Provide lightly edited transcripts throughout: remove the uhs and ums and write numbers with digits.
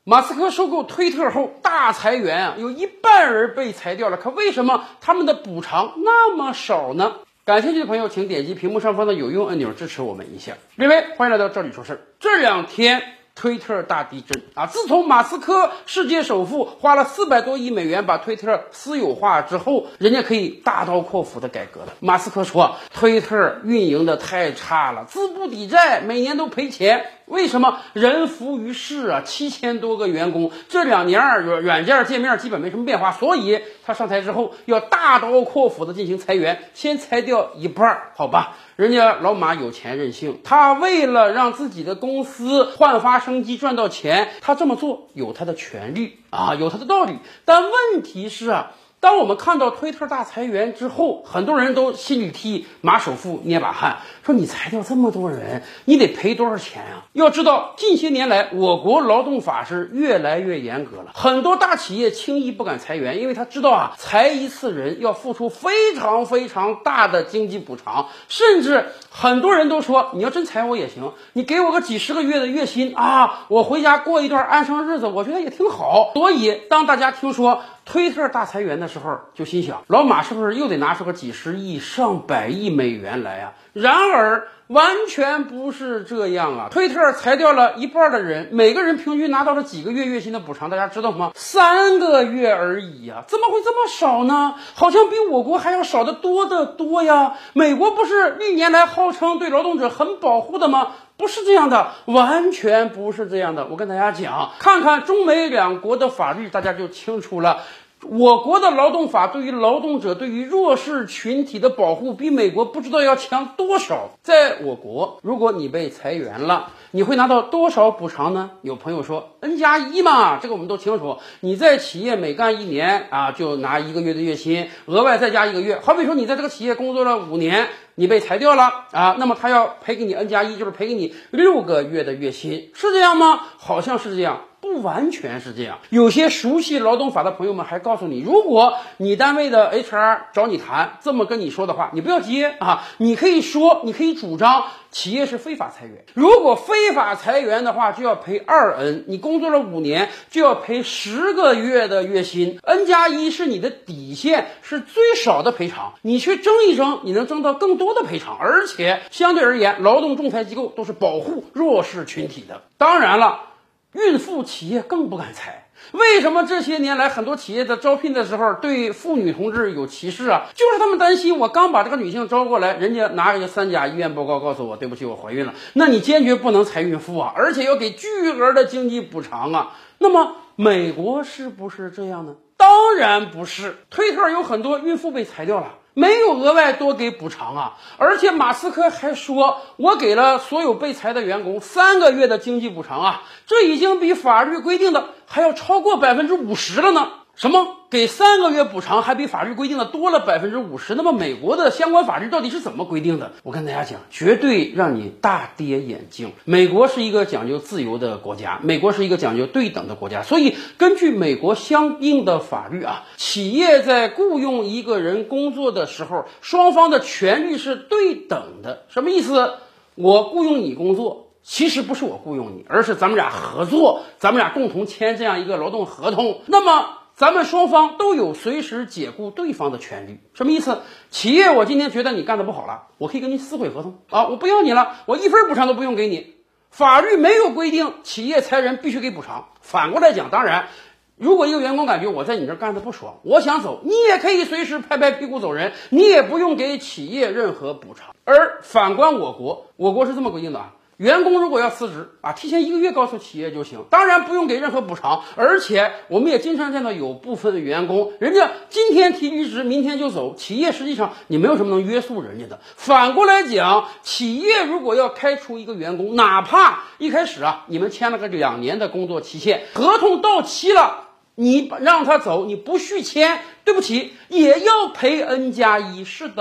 马斯克收购推特后大裁员啊，有一半人被裁掉了，可为什么他们的补偿那么少呢？感兴趣的朋友请点击屏幕上方的有用按钮支持我们一下。各位，欢迎来到这里说事儿。这两天推特大地震啊！自从马斯克世界首富花了400多亿美元把推特私有化之后，人家可以大刀阔斧的改革了。马斯克说，推特运营的太差了，资不抵债，每年都赔钱。为什么？人浮于事啊，7000多个员工，这2年软件界面基本没什么变化，所以他上台之后要大刀阔斧的进行裁员，先裁掉一半，好吧？人家老马有钱任性，他为了让自己的公司焕发生机赚到钱，他这么做有他的权利啊，有他的道理。但问题是啊，当我们看到推特大裁员之后，很多人都心里替马首富捏把汗，说你裁掉这么多人，你得赔多少钱啊？要知道，近些年来我国劳动法是越来越严格了，很多大企业轻易不敢裁员，因为他知道啊，裁一次人要付出非常非常大的经济补偿，甚至很多人都说，你要真裁我也行，你给我个几十个月的月薪啊，我回家过一段安生日子，我觉得也挺好。所以当大家听说推特大裁员的时候，就心想，老马是不是又得拿出个几十亿、上百亿美元来啊？然而完全不是这样啊！推特裁掉了一半的人，每个人平均拿到了几个月月薪的补偿，大家知道吗？3个月而已啊！怎么会这么少呢？好像比我国还要少得多得多呀！美国不是历年来号称对劳动者很保护的吗？不是这样的，完全不是这样的。我跟大家讲，看看中美两国的法律，大家就清楚了。我国的劳动法对于劳动者、对于弱势群体的保护比美国不知道要强多少。在我国，如果你被裁员了，你会拿到多少补偿呢？有朋友说 N+1 嘛，这个我们都清楚。你在企业每干1年啊，就拿1个月的月薪，额外再加1个月。好比说你在这个企业工作了5年，你被裁掉了啊，那么他要赔给你 N+1，就是赔给你6个月的月薪，是这样吗？好像是这样。不完全是这样，有些熟悉劳动法的朋友们还告诉你，如果你单位的 HR 找你谈，这么跟你说的话，你不要接啊，你可以说，你可以主张企业是非法裁员，如果非法裁员的话，就要赔2N，你工作了5年就要赔10个月的月薪 ，N+1是你的底线，是最少的赔偿，你去争一争，你能争到更多的赔偿，而且相对而言，劳动仲裁机构都是保护弱势群体的。当然了，孕妇企业更不敢裁。为什么这些年来很多企业在招聘的时候对妇女同志有歧视啊？就是他们担心，我刚把这个女性招过来，人家拿一个3甲医院报告告诉我，对不起，我怀孕了，那你坚决不能裁孕妇啊，而且要给巨额的经济补偿啊。那么美国是不是这样呢？当然不是，推特有很多孕妇被裁掉了，没有额外多给补偿啊！而且马斯克还说，我给了所有被裁的员工3个月的经济补偿啊，这已经比法律规定的还要超过50%了呢。什么？给3个月补偿还比法律规定的多了50%？那么美国的相关法律到底是怎么规定的？我跟大家讲，绝对让你大跌眼镜。美国是一个讲究自由的国家，美国是一个讲究对等的国家，所以根据美国相应的法律啊，企业在雇佣一个人工作的时候，双方的权利是对等的。什么意思？我雇佣你工作，其实不是我雇佣你，而是咱们俩合作，咱们俩共同签这样一个劳动合同。那么咱们双方都有随时解雇对方的权利。什么意思？企业我今天觉得你干得不好了，我可以跟你撕毁合同啊，我不要你了，我1分补偿都不用给你。法律没有规定企业裁人必须给补偿。反过来讲，当然如果一个员工感觉我在你这儿干得不爽，我想走，你也可以随时拍拍屁股走人，你也不用给企业任何补偿。而反观我国是这么规定的啊，员工如果要辞职啊，提前1个月告诉企业就行，当然不用给任何补偿。而且我们也经常见到有部分的员工，人家今天提离职，明天就走，企业实际上你没有什么能约束人家的。反过来讲，企业如果要开除一个员工，哪怕一开始啊，你们签了个2年的工作期限，合同到期了，你让他走，你不续签，对不起，也要赔 N+1。是的，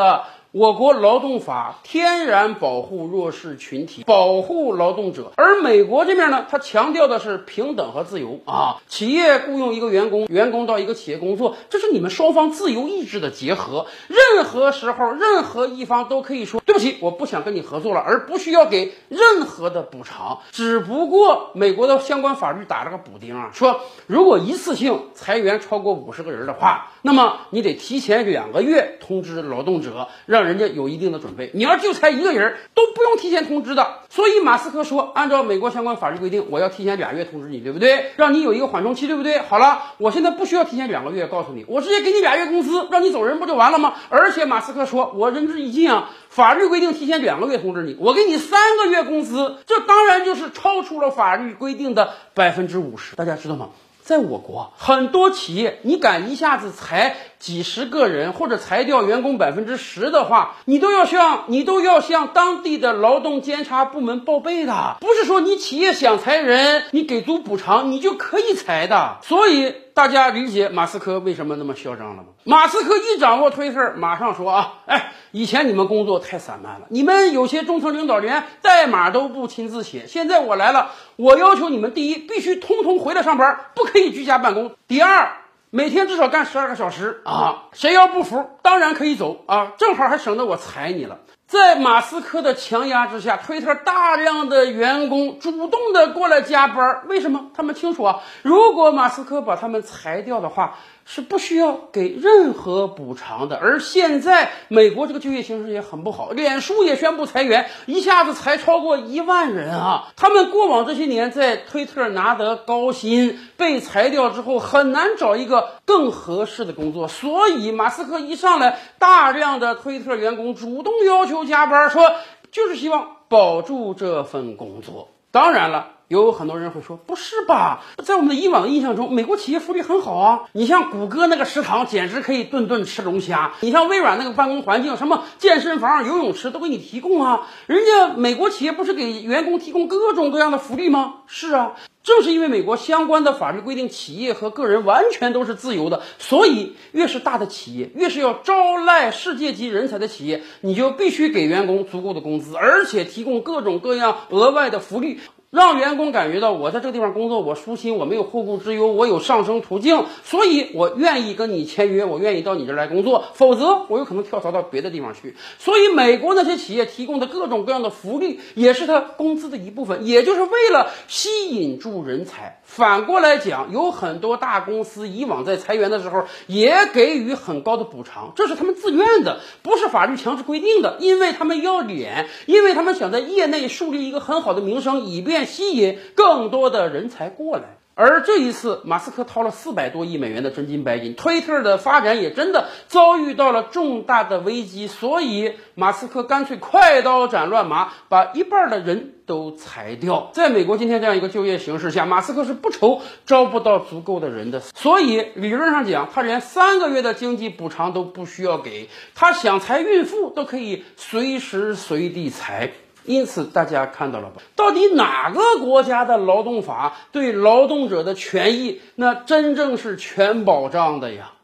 我国劳动法天然保护弱势群体，保护劳动者，而美国这边呢，它强调的是平等和自由啊。企业雇佣一个员工，员工到一个企业工作，这是你们双方自由意志的结合。任何时候，任何一方都可以说对不起，我不想跟你合作了，而不需要给任何的补偿。只不过美国的相关法律打了个补丁啊，说如果一次性裁员超过50个人的话，那么你得提前2个月通知劳动者，让人家有一定的准备。你要就裁1个人，都不用提前通知的。所以马斯克说，按照美国相关法律规定，我要提前2月通知你，对不对？让你有一个缓冲期，对不对？好了，我现在不需要提前2个月告诉你，我直接给你2月工资，让你走人不就完了吗？而且马斯克说，我仁至义尽啊，法律规定提前2个月通知你，我给你3个月工资，这当然就是超出了法律规定的50%。大家知道吗？在我国，很多企业你敢一下子裁几十个人，或者裁掉员工10%的话，你都要向当地的劳动监察部门报备的。不是说你企业想裁人，你给足补偿，你就可以裁的。所以大家理解马斯克为什么那么嚣张了吗？马斯克一掌握推特，马上说啊，以前你们工作太散漫了，你们有些中层领导连代码都不亲自写，现在我来了，我要求你们第一，必须通通回来上班，不可以居家办公；第二，每天至少干12个小时啊！谁要不服，当然可以走啊，正好还省得我裁你了。在马斯克的强压之下，推特大量的员工主动的过来加班，为什么？他们清楚啊，如果马斯克把他们裁掉的话，是不需要给任何补偿的。而现在美国这个就业形势也很不好，脸书也宣布裁员，一下子裁超过1万人啊！他们过往这些年在推特拿得高薪，被裁掉之后很难找一个更合适的工作，所以马斯克一上来，大量的推特员工主动要求加班，说就是希望保住这份工作。当然了，有很多人会说，不是吧？在我们的以往印象中，美国企业福利很好啊。你像谷歌那个食堂，简直可以顿顿吃龙虾；你像微软那个办公环境，什么健身房、游泳池都给你提供啊。人家美国企业不是给员工提供各种各样的福利吗？是啊。正是因为美国相关的法律规定，企业和个人完全都是自由的，所以越是大的企业，越是要招揽世界级人才的企业，你就必须给员工足够的工资，而且提供各种各样额外的福利，让员工感觉到我在这个地方工作，我舒心，我没有后顾之忧，我有上升途径，所以我愿意跟你签约，我愿意到你这儿来工作，否则我有可能跳槽到别的地方去。所以美国那些企业提供的各种各样的福利，也是他工资的一部分，也就是为了吸引住人才。反过来讲，有很多大公司以往在裁员的时候也给予很高的补偿，这是他们自愿的，不是法律强制规定的，因为他们要脸，因为他们想在业内树立一个很好的名声，以便吸引更多的人才过来。而这一次，马斯克掏了400多亿美元的真金白银，推特的发展也真的遭遇到了重大的危机，所以马斯克干脆快刀斩乱麻，把一半的人都裁掉。在美国今天这样一个就业形势下，马斯克是不愁招不到足够的人的，所以理论上讲，他连3个月的经济补偿都不需要给，他想裁孕妇都可以随时随地裁。因此大家看到了吧，到底哪个国家的劳动法对劳动者的权益那真正是全保障的呀？